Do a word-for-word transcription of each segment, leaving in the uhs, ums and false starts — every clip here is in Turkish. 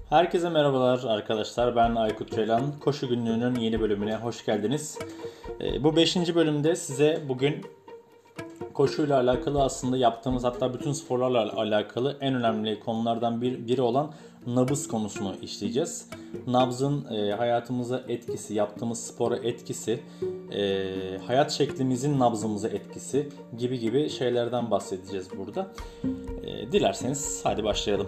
Herkese merhabalar arkadaşlar. Ben Aykut Ceylan. Koşu Günlüğü'nün yeni bölümüne hoş geldiniz. Ee, bu beşinci bölümde size bugün koşuyla alakalı aslında yaptığımız hatta bütün sporlarla alakalı en önemli konulardan bir, biri olan nabız konusunu işleyeceğiz. Nabzın e, hayatımıza etkisi, yaptığımız spora etkisi, e, hayat şeklimizin nabzımıza etkisi gibi gibi şeylerden bahsedeceğiz burada. E, dilerseniz hadi başlayalım.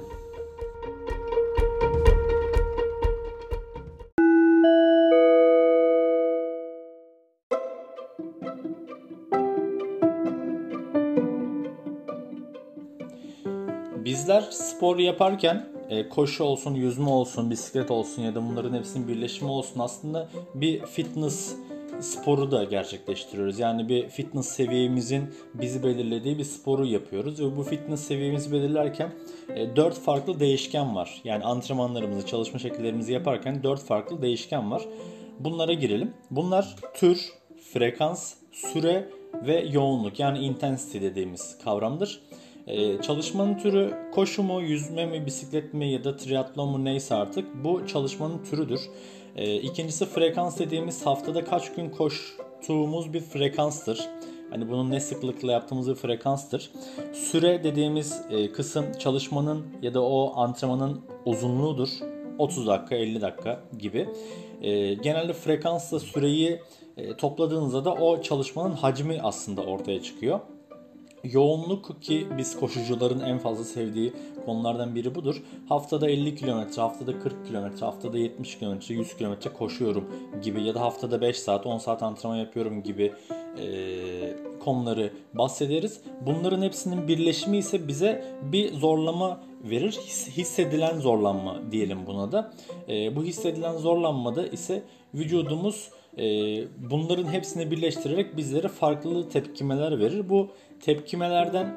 Bizler spor yaparken e, koşu olsun, yüzme olsun, bisiklet olsun ya da bunların hepsinin birleşimi olsun aslında bir fitness sporu da gerçekleştiriyoruz. Yani bir fitness seviyemizin bizi belirlediği bir sporu yapıyoruz ve bu fitness seviyemizi belirlerken e, dört farklı değişken var. Yani antrenmanlarımızı, çalışma şekillerimizi yaparken dört farklı değişken var. Bunlara girelim. Bunlar tür, frekans, süre ve yoğunluk yani intensity dediğimiz kavramdır. Ee, çalışmanın türü koşu mu, yüzme mi, bisiklet mi ya da triatlon mu neyse artık bu çalışmanın türüdür. Ee, ikincisi frekans dediğimiz haftada kaç gün koştuğumuz bir frekanstır. Hani bunun ne sıklıkla yaptığımız bir frekanstır. Süre dediğimiz e, kısım çalışmanın ya da o antrenmanın uzunluğudur. otuz dakika, elli dakika gibi. E, genelde frekansla süreyi e, topladığınızda da o çalışmanın hacmi aslında ortaya çıkıyor. Yoğunluk ki biz koşucuların en fazla sevdiği konulardan biri budur. Haftada elli kilometre, haftada kırk kilometre, haftada yetmiş kilometre, yüz kilometre koşuyorum gibi ya da haftada beş saat, on saat antrenman yapıyorum gibi e, konuları bahsederiz. Bunların hepsinin birleşimi ise bize bir zorlama verir. Hissedilen zorlanma diyelim buna da. E, bu hissedilen zorlanmada ise vücudumuz e, bunların hepsini birleştirerek bizlere farklı tepkimeler verir. Bu tepkimelerden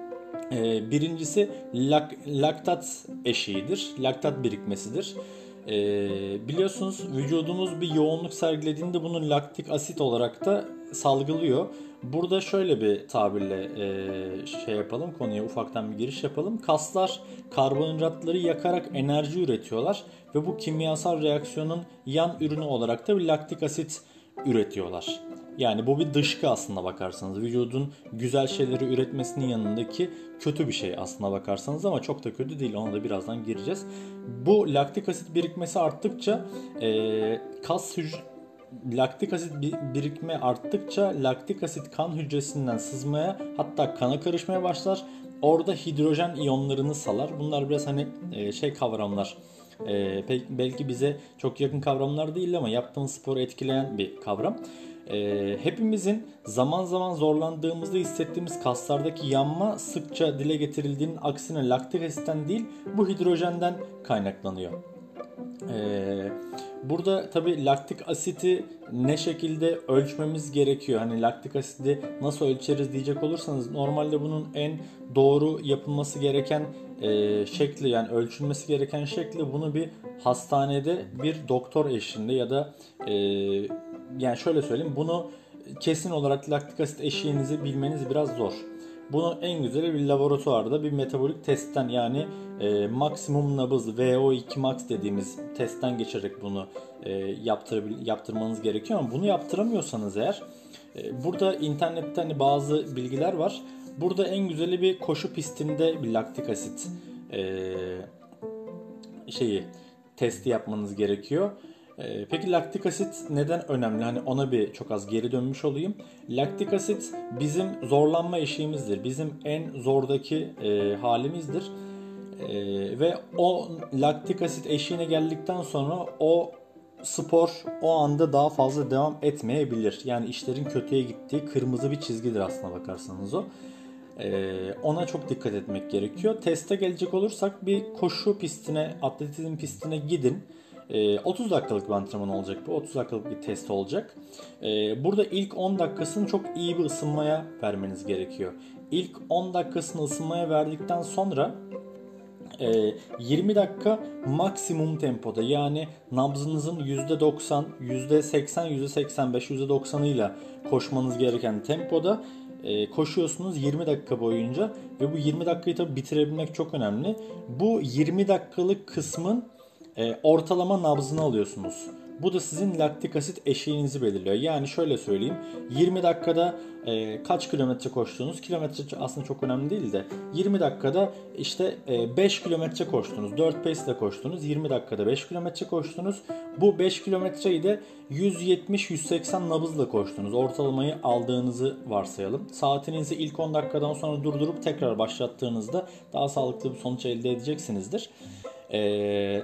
e, birincisi lak, laktat eşiğidir. Laktat birikmesidir. E, biliyorsunuz vücudumuz bir yoğunluk sergilediğinde bunu laktik asit olarak da salgılıyor. Burada şöyle bir tabirle e, şey yapalım, konuya ufaktan bir giriş yapalım. Kaslar karbonhidratları yakarak enerji üretiyorlar ve bu kimyasal reaksiyonun yan ürünü olarak da bir laktik asit üretiyorlar. Yani bu bir dışkı aslında bakarsanız. Vücudun güzel şeyleri üretmesinin yanındaki kötü bir şey aslında bakarsanız ama çok da kötü değil. Ona da birazdan gireceğiz. Bu laktik asit birikmesi arttıkça e, kas hücre laktik asit birikme arttıkça laktik asit kan hücresinden sızmaya hatta kana karışmaya başlar. Orada hidrojen iyonlarını salar. Bunlar biraz hani şey kavramlar. Belki bize çok yakın kavramlar değil ama yaptığımız sporu etkileyen bir kavram. Hepimizin zaman zaman zorlandığımızda hissettiğimiz kaslardaki yanma sıkça dile getirildiğinin aksine laktik asitten değil bu hidrojenden kaynaklanıyor. Ee, burada tabi laktik asiti ne şekilde ölçmemiz gerekiyor? Hani laktik asidi nasıl ölçeriz diyecek olursanız normalde bunun en doğru yapılması gereken e, şekli yani ölçülmesi gereken şekli bunu bir hastanede bir doktor eşliğinde ya da e, yani şöyle söyleyeyim bunu kesin olarak laktik asit eşiğinizi bilmeniz biraz zor. Bunu en güzeli bir laboratuvarda bir metabolik testten yani e, maksimum nabız V O iki max dediğimiz testten geçerek bunu e, yaptırmanız gerekiyor ama bunu yaptıramıyorsanız eğer e, burada internette hani bazı bilgiler var. Burada en güzeli bir koşu pistinde bir laktik asit e, şeyi testi yapmanız gerekiyor. Peki laktik asit neden önemli? Hani ona bir çok az geri dönmüş olayım. Laktik asit bizim zorlanma eşiğimizdir. Bizim en zordaki e, halimizdir. E, ve o laktik asit eşiğine geldikten sonra o spor o anda daha fazla devam etmeyebilir. Yani işlerin kötüye gittiği kırmızı bir çizgidir aslına bakarsanız o. Ee, ona çok dikkat etmek gerekiyor. Teste gelecek olursak bir koşu pistine, atletizm pistine gidin. Ee, otuz dakikalık bir antrenman olacak bu. otuz dakikalık bir test olacak. Ee, burada ilk on dakikasını çok iyi bir ısınmaya vermeniz gerekiyor. İlk on dakikasını ısınmaya verdikten sonra yirmi dakika maksimum tempoda yani nabzınızın yüzde doksan, yüzde seksen, yüzde seksen beş, yüzde doksanıyla koşmanız gereken tempoda koşuyorsunuz yirmi dakika boyunca ve bu yirmi dakikayı tabii bitirebilmek çok önemli. Bu yirmi dakikalık kısmın e, ortalama nabzını alıyorsunuz. Bu da sizin laktik asit eşiğinizi belirliyor. Yani şöyle söyleyeyim. yirmi dakikada e, kaç kilometre koştuğunuz, kilometre aslında çok önemli değil de yirmi dakikada işte e, beş kilometre koştunuz. dört pace ile koştunuz. yirmi dakikada beş kilometre koştunuz. Bu beş kilometreyi de yüz yetmiş yüz seksen nabızla koştunuz. Ortalamayı aldığınızı varsayalım. Saatinizi ilk on dakikadan sonra durdurup tekrar başlattığınızda daha sağlıklı bir sonuç elde edeceksinizdir. Eee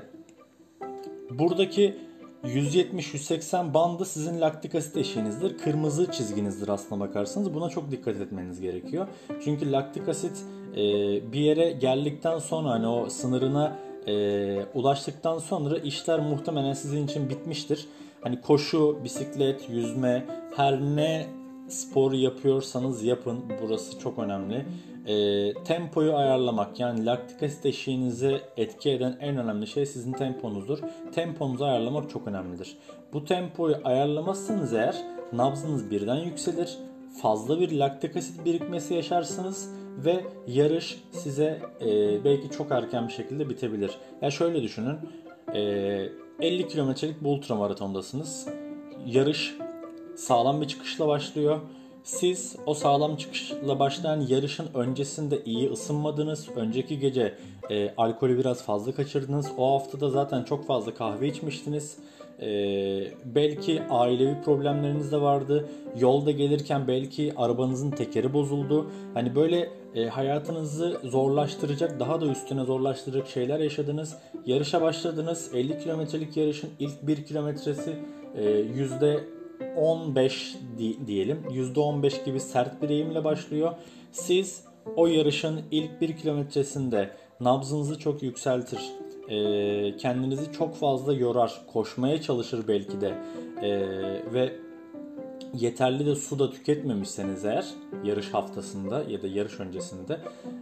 Buradaki yüz yetmiş yüz seksen bandı sizin laktik asit eşiğinizdir. Kırmızı çizginizdir aslına bakarsanız. Buna çok dikkat etmeniz gerekiyor. Çünkü laktik asit e, bir yere geldikten sonra hani o sınırına e, ulaştıktan sonra işler muhtemelen sizin için bitmiştir. Hani koşu, bisiklet, yüzme, her ne spor yapıyorsanız yapın. Burası çok önemli. E, tempoyu ayarlamak, yani laktik asit eşiğinize etki eden en önemli şey sizin temponuzdur. Temponuzu ayarlamak çok önemlidir. Bu tempoyu ayarlamazsanız eğer nabzınız birden yükselir. Fazla bir laktik asit birikmesi yaşarsınız ve yarış size e, belki çok erken bir şekilde bitebilir. Ya şöyle düşünün. E, elli kilometrelik bir ultramaratondasınız. Yarış sağlam bir çıkışla başlıyor. Siz o sağlam çıkışla başlayan yarışın öncesinde iyi ısınmadınız. Önceki gece e, alkolü biraz fazla kaçırdınız. O haftada zaten çok fazla kahve içmiştiniz. E, belki ailevi problemleriniz de vardı. Yolda gelirken belki arabanızın tekeri bozuldu. Hani böyle e, hayatınızı zorlaştıracak, daha da üstüne zorlaştıracak şeyler yaşadınız. Yarışa başladınız. elli kilometrelik yarışın ilk bir kilometresi e, yüzde on beş diyelim. yüzde on beş gibi sert bir eğimle başlıyor. Siz o yarışın ilk bir kilometresinde nabzınızı çok yükseltir. Ee, kendinizi çok fazla yorar. Koşmaya çalışır belki de. Ee, ve yeterli de su da tüketmemişseniz eğer yarış haftasında ya da yarış öncesinde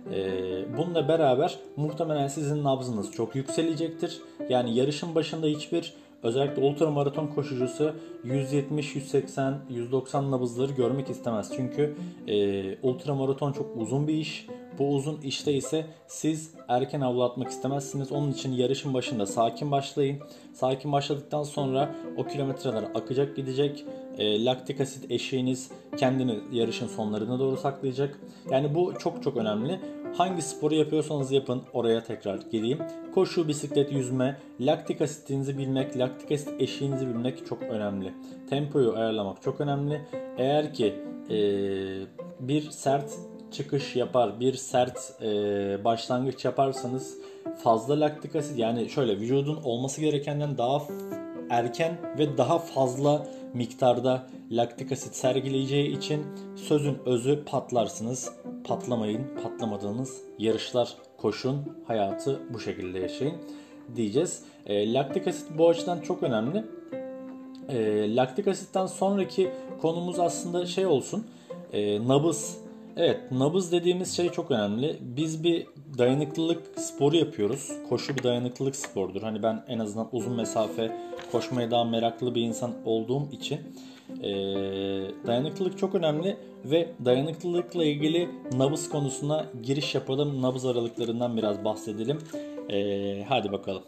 e, bununla beraber muhtemelen sizin nabzınız çok yükselecektir. Yani yarışın başında hiçbir özellikle ultramaraton koşucusu yüz yetmiş yüz seksen yüz doksan nabızları görmek istemez. Çünkü e, ultramaraton çok uzun bir iş. Bu uzun işte ise siz erken avlatmak istemezsiniz. Onun için yarışın başında sakin başlayın. Sakin başladıktan sonra o kilometreler akacak gidecek. E, laktik asit eşiğiniz kendini yarışın sonlarına doğru saklayacak. Yani bu çok çok önemli. Hangi sporu yapıyorsanız yapın, oraya tekrar geleyim. Koşu, bisiklet, yüzme, laktik asitinizi bilmek, laktik asit eşiğinizi bilmek çok önemli. Tempoyu ayarlamak çok önemli. Eğer ki e, bir sert çıkış yapar, bir sert e, başlangıç yaparsanız fazla laktik asit, yani şöyle vücudun olması gerekenden daha erken ve daha fazla miktarda laktik asit sergileyeceği için sözün özü patlarsınız. Patlamayın, patlamadığınız yarışlar koşun, hayatı bu şekilde yaşayın diyeceğiz. E, laktik asit bu açıdan çok önemli. E, laktik asitten sonraki konumuz aslında şey olsun, e, nabız. Evet, nabız dediğimiz şey çok önemli. Biz bir dayanıklılık sporu yapıyoruz. Koşu bir dayanıklılık sporudur. Hani ben en azından uzun mesafe koşmaya daha meraklı bir insan olduğum için e, dayanıklılık çok önemli ve dayanıklılıkla ilgili nabız konusuna giriş yapalım. Nabız aralıklarından biraz bahsedelim. E, hadi bakalım.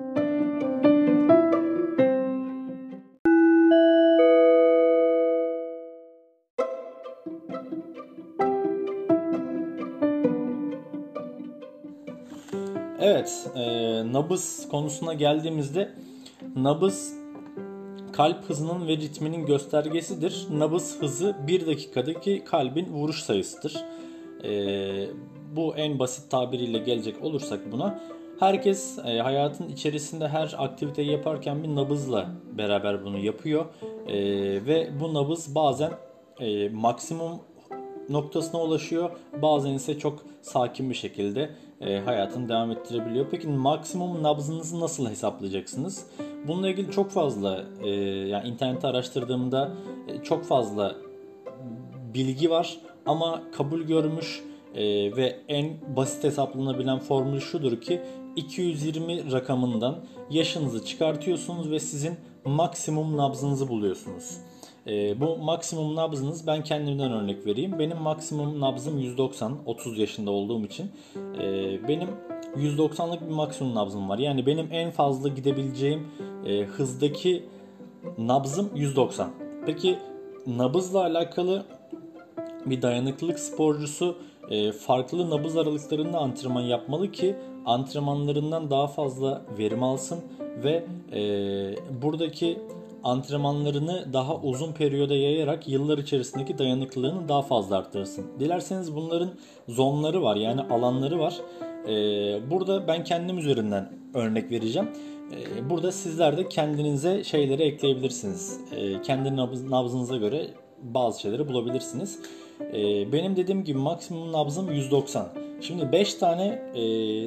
Evet, e, nabız konusuna geldiğimizde nabız kalp hızının ve ritminin göstergesidir. Nabız hızı bir dakikadaki kalbin vuruş sayısıdır. E, bu en basit tabiriyle gelecek olursak buna, herkes e, hayatın içerisinde her aktiviteyi yaparken bir nabızla beraber bunu yapıyor. E, ve bu nabız bazen e, maksimum noktasına ulaşıyor. Bazen ise çok sakin bir şekilde e, hayatını devam ettirebiliyor. Peki maksimum nabzınızı nasıl hesaplayacaksınız? Bununla ilgili çok fazla e, yani internette araştırdığımda e, çok fazla bilgi var ama kabul görmüş e, ve en basit hesaplanabilen formül şudur ki iki yüz yirmi rakamından yaşınızı çıkartıyorsunuz ve sizin maksimum nabzınızı buluyorsunuz. E, bu maksimum nabzınız, ben kendimden örnek vereyim. Benim maksimum nabzım yüz doksan, otuz yaşında olduğum için. E, benim yüz doksanlık bir maksimum nabzım var. Yani benim en fazla gidebileceğim e, hızdaki nabzım yüz doksan. Peki nabızla alakalı bir dayanıklılık sporcusu e, farklı nabız aralıklarında antrenman yapmalı ki antrenmanlarından daha fazla verim alsın ve e, buradaki antrenmanlarını daha uzun periyoda yayarak yıllar içerisindeki dayanıklılığını daha fazla arttırsın. Dilerseniz bunların zonları var, yani alanları var. E, burada ben kendim üzerinden örnek vereceğim. E, burada sizler de kendinize şeyleri ekleyebilirsiniz. E, kendi nabız, nabzınıza göre bazı şeyleri bulabilirsiniz. Ee, benim dediğim gibi maksimum nabzım yüz doksan. Şimdi beş tane e,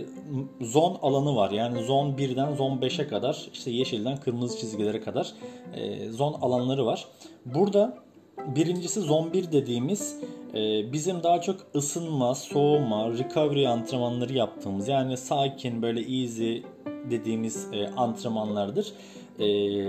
zon alanı var. Yani zon birden zon beşe kadar, işte yeşilden kırmızı çizgilere kadar e, zon alanları var. Burada birincisi zon bir dediğimiz e, bizim daha çok ısınma, soğuma, recovery antrenmanları yaptığımız, yani sakin böyle easy dediğimiz e, antrenmanlardır. E,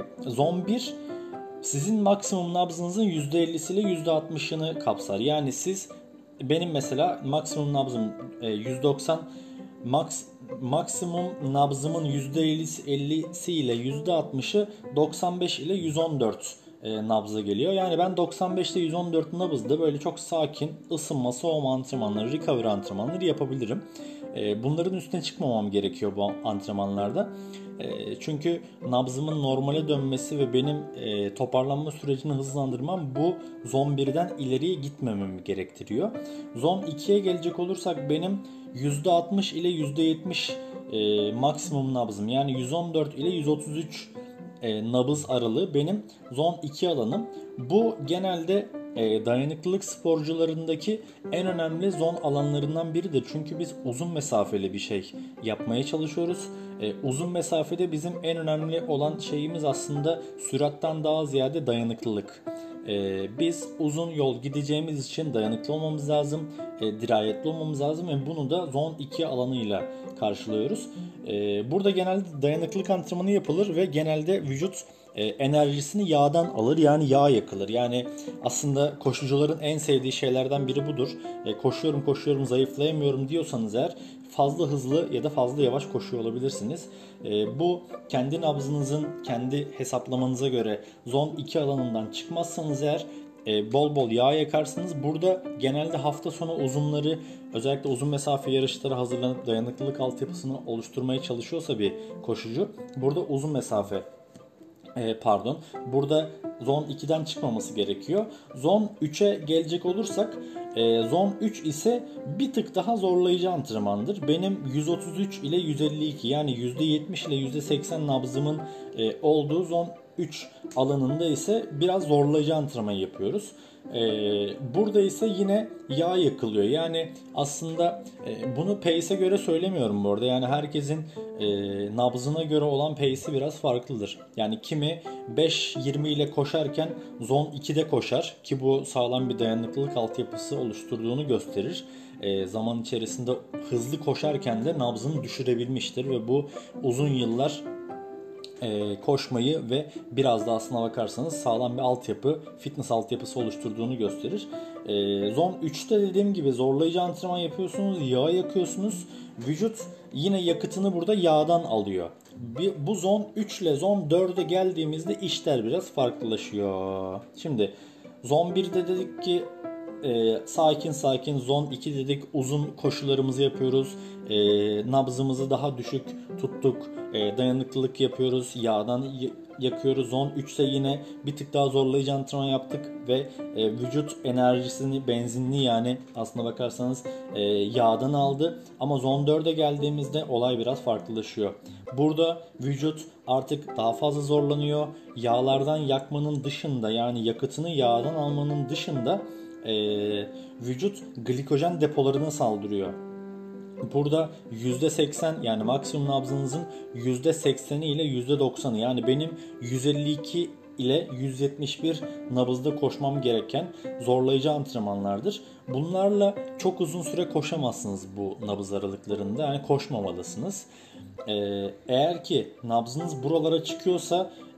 zon bir sizin maksimum nabzınızın yüzde ellisiyle yüzde altmışını kapsar. Yani siz, benim mesela maksimum nabzım yüz doksan, max, maksimum nabzımın yüzde ellisi ile yüzde altmışı doksan beş ile yüz on dört e, nabza geliyor. Yani ben doksan beş ile yüz on dört nabızda böyle çok sakin ısınma, soğuma antrenmanları, recovery antrenmanları yapabilirim. E, bunların üstüne çıkmamam gerekiyor bu antrenmanlarda. Çünkü nabzımın normale dönmesi ve benim e, toparlanma sürecini hızlandırmam bu zon birden ileriye gitmememi gerektiriyor. Zon ikiye gelecek olursak benim yüzde altmış ile yüzde yetmiş e, maksimum nabzım, yani yüz on dört ile yüz otuz üç e, nabız aralığı benim zon iki alanım. Bu genelde e, dayanıklılık sporcularındaki en önemli zon alanlarından biridir. Çünkü biz uzun mesafeli bir şey yapmaya çalışıyoruz. E, uzun mesafede bizim en önemli olan şeyimiz aslında sürattan daha ziyade dayanıklılık. E, biz uzun yol gideceğimiz için dayanıklı olmamız lazım, e, dirayetli olmamız lazım ve bunu da zon iki alanıyla karşılıyoruz. E, burada genelde dayanıklılık antrenmanı yapılır ve genelde vücut e, enerjisini yağdan alır, yani yağ yakılır. Yani aslında koşucuların en sevdiği şeylerden biri budur. E, koşuyorum koşuyorum zayıflayamıyorum diyorsanız eğer, fazla hızlı ya da fazla yavaş koşuyor olabilirsiniz. E, bu kendi nabzınızın kendi hesaplamanıza göre zon iki alanından çıkmazsanız eğer e, bol bol yağ yakarsınız. Burada genelde hafta sonu uzunları, özellikle uzun mesafe yarışlara hazırlanıp dayanıklılık altyapısını oluşturmaya çalışıyorsa bir koşucu, burada uzun mesafe e, pardon burada zon ikiden çıkmaması gerekiyor. Zon üçe gelecek olursak, e, zon üç ise bir tık daha zorlayıcı antrenmandır. Benim yüz otuz üç ile yüz elli iki, yani yüzde yetmiş ile yüzde seksen nabzımın e, olduğu zon üç alanında ise biraz zorlayıcı antrenman yapıyoruz. Ee, burada ise yine yağ yakılıyor. Yani aslında e, bunu pace'e göre söylemiyorum bu arada. Yani herkesin e, nabzına göre olan pace'i biraz farklıdır. Yani kimi beş yirmi ile koşarken zon ikide koşar ki bu sağlam bir dayanıklılık altyapısı oluşturduğunu gösterir. E, zaman içerisinde hızlı koşarken de nabzını düşürebilmiştir ve bu uzun yıllar E, koşmayı ve biraz da aslına bakarsanız sağlam bir altyapı, fitness altyapısı oluşturduğunu gösterir. E, zon üçte dediğim gibi zorlayıcı antrenman yapıyorsunuz, yağ yakıyorsunuz. Vücut yine yakıtını burada yağdan alıyor. Bir, bu zon üç ile zon dörde geldiğimizde işler biraz farklılaşıyor. Şimdi zon birde dedik ki e, sakin sakin, zon iki dedik uzun koşularımızı yapıyoruz. E, nabzımızı daha düşük tuttuk. E, dayanıklılık yapıyoruz. Yağdan y- yakıyoruz. Zon üç ise yine bir tık daha zorlayıcı antrenman yaptık ve e, vücut enerjisini, benzinli, yani aslına bakarsanız e, yağdan aldı. Ama zon dörde geldiğimizde olay biraz farklılaşıyor. Burada vücut artık daha fazla zorlanıyor. Yağlardan yakmanın dışında, yani yakıtını yağdan almanın dışında e, vücut glikojen depolarına saldırıyor. Burada yüzde seksen, yani maksimum nabzınızın yüzde sekseni ile yüzde doksanı, yani benim yüz elli iki ile yüz yetmiş bir nabızda koşmam gereken zorlayıcı antrenmanlardır. Bunlarla çok uzun süre koşamazsınız bu nabız aralıklarında, yani koşmamalısınız. Ee, eğer ki nabzınız buralara çıkıyorsa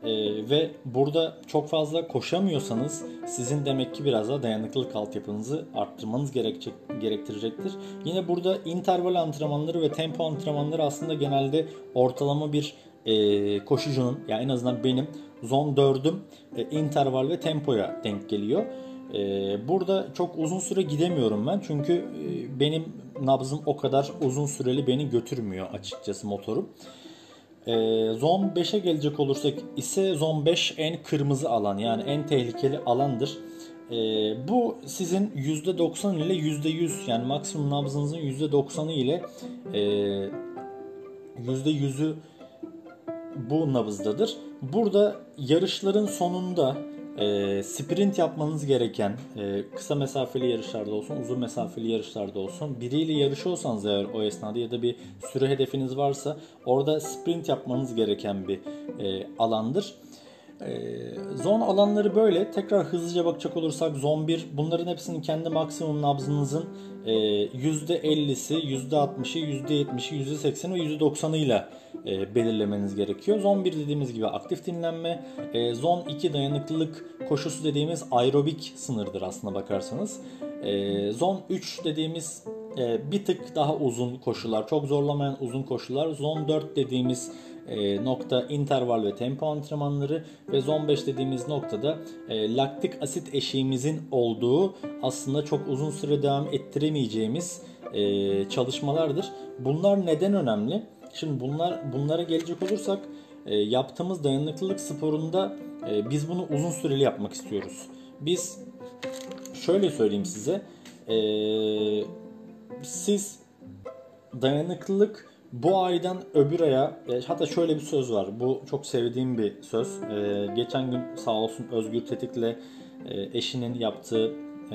Ee, ve burada çok fazla koşamıyorsanız sizin demek ki biraz daha dayanıklılık altyapınızı arttırmanız gerekecek, gerektirecektir. Yine burada interval antrenmanları ve tempo antrenmanları aslında genelde ortalama bir e, koşucunun, yani en azından benim zone dördüm e, interval ve tempoya denk geliyor. E, burada çok uzun süre gidemiyorum ben çünkü e, benim nabzım o kadar uzun süreli beni götürmüyor açıkçası motorum. E, Zone beşe gelecek olursak ise Zone beş en kırmızı alan, yani en tehlikeli alandır. E, bu sizin yüzde doksan ile yüzde yüz, yani maksimum nabzınızın yüzde doksanı ile e, yüzde yüzü bu nabızdadır. Burada yarışların sonunda e, sprint yapmanız gereken, e, kısa mesafeli yarışlarda olsun, uzun mesafeli yarışlarda olsun, biriyle yarışıyorsanız eğer o esnada ya da bir süre hedefiniz varsa orada sprint yapmanız gereken bir e, alandır. E, zone alanları böyle. Tekrar hızlıca bakacak olursak zone bir, bunların hepsinin kendi maksimum nabzınızın e, yüzde ellisi, yüzde altmışı, yüzde yetmişi, yüzde sekseni ve yüzde doksanı ile e, belirlemeniz gerekiyor. Zone bir dediğimiz gibi aktif dinlenme, e, Zone iki dayanıklılık koşusu dediğimiz aerobik sınırdır aslına bakarsanız. E, Zone üç dediğimiz e, bir tık daha uzun koşular, çok zorlamayan uzun koşular. Zone dört dediğimiz e, nokta interval ve tempo antrenmanları ve Zone beş dediğimiz noktada e, laktik asit eşiğimizin olduğu, aslında çok uzun süre devam ettiremeyeceğimiz e, çalışmalardır. Bunlar neden önemli? Şimdi bunlar bunlara gelecek olursak e, yaptığımız dayanıklılık sporunda e, biz bunu uzun süreli yapmak istiyoruz. Biz şöyle söyleyeyim size, e, siz dayanıklılık bu aydan öbür aya, e, hatta şöyle bir söz var, bu çok sevdiğim bir söz. E, geçen gün sağ olsun Özgür Tetik'le e, eşinin yaptığı, e,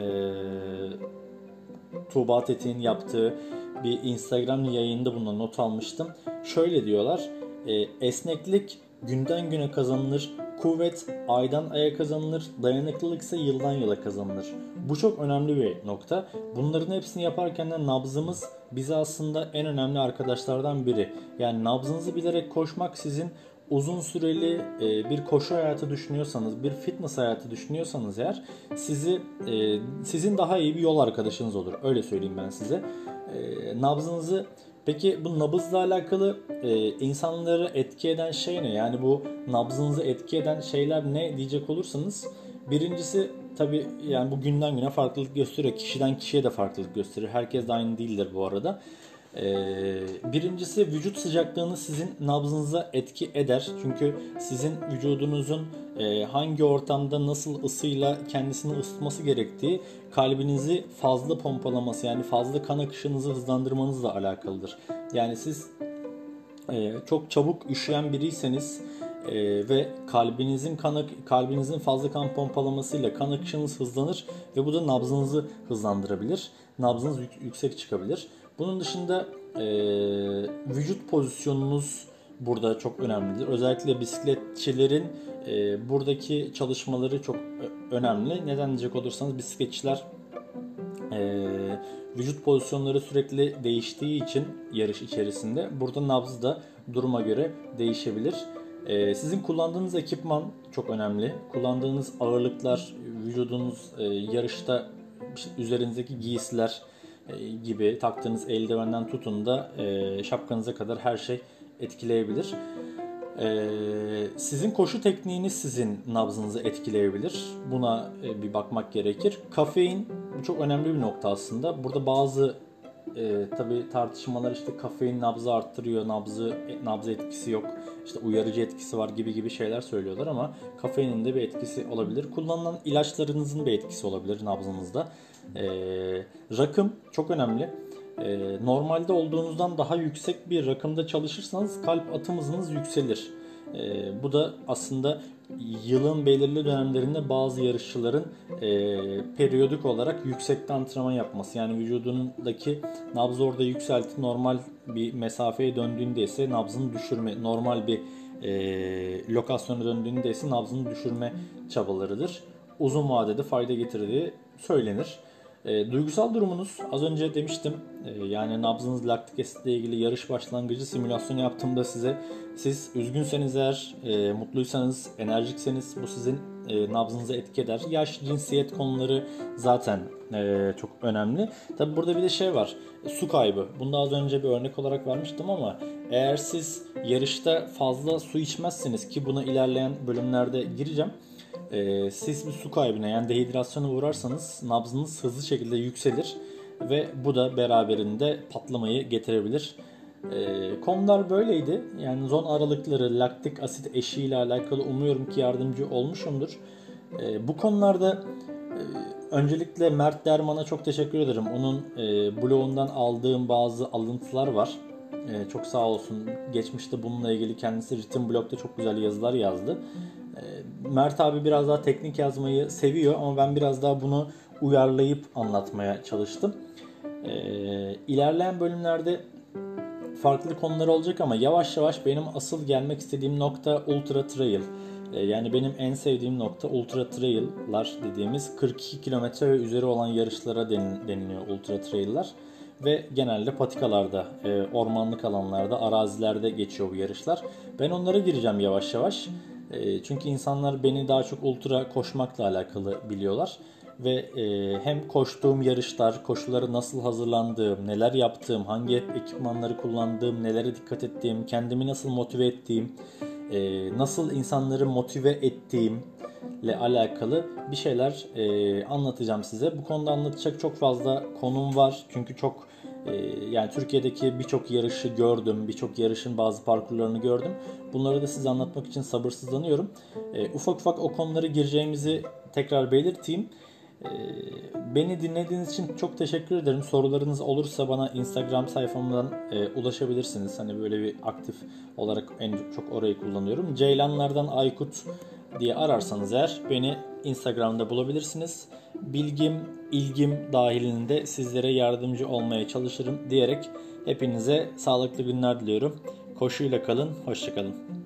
Tuğba Tetik'in yaptığı bir Instagram yayında bundan not almıştım. Şöyle diyorlar, e, esneklik günden güne kazanılır, kuvvet aydan aya kazanılır, dayanıklılık ise yıldan yıla kazanılır. Bu çok önemli bir nokta. Bunların hepsini yaparken de nabzımız bize aslında en önemli arkadaşlardan biri. Yani nabzınızı bilerek koşmak sizin uzun süreli e, bir koşu hayatı düşünüyorsanız, bir fitness hayatı düşünüyorsanız eğer sizi e, sizin daha iyi bir yol arkadaşınız olur. Öyle söyleyeyim ben size. E, nabzınızı Peki bu nabızla alakalı e, insanları etki eden şey ne? Yani bu nabzınızı etki eden şeyler ne diyecek olursanız, birincisi tabii yani bu günden güne farklılık gösteriyor. Kişiden kişiye de farklılık gösterir. Herkes de aynı değildir bu arada. Ee, birincisi vücut sıcaklığını sizin nabzınıza etki eder. Çünkü sizin vücudunuzun e, hangi ortamda nasıl ısıyla kendisini ısıtması gerektiği kalbinizi fazla pompalaması, yani fazla kan akışınızı hızlandırmanızla alakalıdır. Yani siz e, çok çabuk üşüyen biriyseniz e, ve kalbinizin kan kalbinizin fazla kan pompalamasıyla kan akışınız hızlanır ve bu da nabzınızı hızlandırabilir. Nabzınız yük- yüksek çıkabilir. Bunun dışında e, vücut pozisyonunuz burada çok önemlidir. Özellikle bisikletçilerin e, buradaki çalışmaları çok önemli. Neden diyecek olursanız, bisikletçiler e, vücut pozisyonları sürekli değiştiği için yarış içerisinde burada nabız da duruma göre değişebilir. E, sizin kullandığınız ekipman çok önemli. Kullandığınız ağırlıklar, vücudunuz e, yarışta üzerinizdeki giysiler gibi, taktığınız eldivenden tutun da e, şapkanıza kadar her şey etkileyebilir. E, sizin koşu tekniğiniz sizin nabzınızı etkileyebilir. Buna e, bir bakmak gerekir. Kafein çok önemli bir nokta aslında. Burada bazı e, tabii tartışmalar, işte kafein nabzı arttırıyor, nabzı nabza etkisi yok, işte uyarıcı etkisi var gibi gibi şeyler söylüyorlar ama kafeinin de bir etkisi olabilir. Kullanılan ilaçlarınızın bir etkisi olabilir nabzınızda. E, rakım çok önemli. E, normalde olduğunuzdan daha yüksek bir rakımda çalışırsanız kalp atım hızınız yükselir. E, bu da aslında yılın belirli dönemlerinde bazı yarışçıların e, periyodik olarak yüksekte antrenman yapması, yani vücudundaki nabzı orada yükseltip normal bir mesafeye döndüğünde ise nabzını düşürme, normal bir e, lokasyona döndüğünde ise nabzını düşürme çabalarıdır. Uzun vadede fayda getirdiği söylenir. E, duygusal durumunuz az önce demiştim. E, yani nabzınız laktik asitle ilgili yarış başlangıcı simülasyonu yaptığımda size, siz üzgünseniz eğer, e, mutluysanız, enerjikseniz bu sizin e, nabzınıza etki eder. Yaş, cinsiyet konuları zaten e, çok önemli. Tabi burada bir de şey var. E, su kaybı. Bunu az önce bir örnek olarak vermiştim ama eğer siz yarışta fazla su içmezseniz, ki buna ilerleyen bölümlerde gireceğim. Ee, siz bir su kaybına, yani dehidrasyona uğrarsanız nabzınız hızlı şekilde yükselir ve bu da beraberinde patlamayı getirebilir. Ee, konular böyleydi. Yani zon aralıkları, laktik asit eşiği ile alakalı umuyorum ki yardımcı olmuşumdur. Ee, bu konularda e, öncelikle Mert Derman'a çok teşekkür ederim. Onun e, blogundan aldığım bazı alıntılar var. E, çok sağ olsun. Geçmişte bununla ilgili kendisi ritim blogda çok güzel yazılar yazdı. Mert abi biraz daha teknik yazmayı seviyor ama ben biraz daha bunu uyarlayıp anlatmaya çalıştım. Ee, ilerleyen bölümlerde farklı konular olacak ama yavaş yavaş benim asıl gelmek istediğim nokta Ultra Trail. Ee, yani benim en sevdiğim nokta Ultra Trail'lar dediğimiz kırk iki kilometre ve üzeri olan yarışlara deniliyor Ultra Trail'lar. Ve genelde patikalarda, ormanlık alanlarda, arazilerde geçiyor bu yarışlar. Ben onlara gireceğim yavaş yavaş. Çünkü insanlar beni daha çok ultra koşmakla alakalı biliyorlar. Ve hem koştuğum yarışlar, koşulara nasıl hazırlandığım, neler yaptığım, hangi ekipmanları kullandığım, nelere dikkat ettiğim, kendimi nasıl motive ettiğim, nasıl insanları motive ettiğimle alakalı bir şeyler anlatacağım size. Bu konuda anlatacak çok fazla konum var. Çünkü çok yani Türkiye'deki birçok yarışı gördüm, birçok yarışın bazı parkurlarını gördüm. Bunları da size anlatmak için sabırsızlanıyorum. E, ufak ufak o konulara gireceğimizi tekrar belirteyim. E, beni dinlediğiniz için çok teşekkür ederim. Sorularınız olursa bana Instagram sayfamdan e, ulaşabilirsiniz. Hani böyle bir aktif olarak en çok orayı kullanıyorum. Ceylanlardan Aykut diye ararsanız eğer beni Instagram'da bulabilirsiniz. Bilgim, ilgim dahilinde sizlere yardımcı olmaya çalışırım diyerek hepinize sağlıklı günler diliyorum. Koşuyla kalın, hoşça kalın.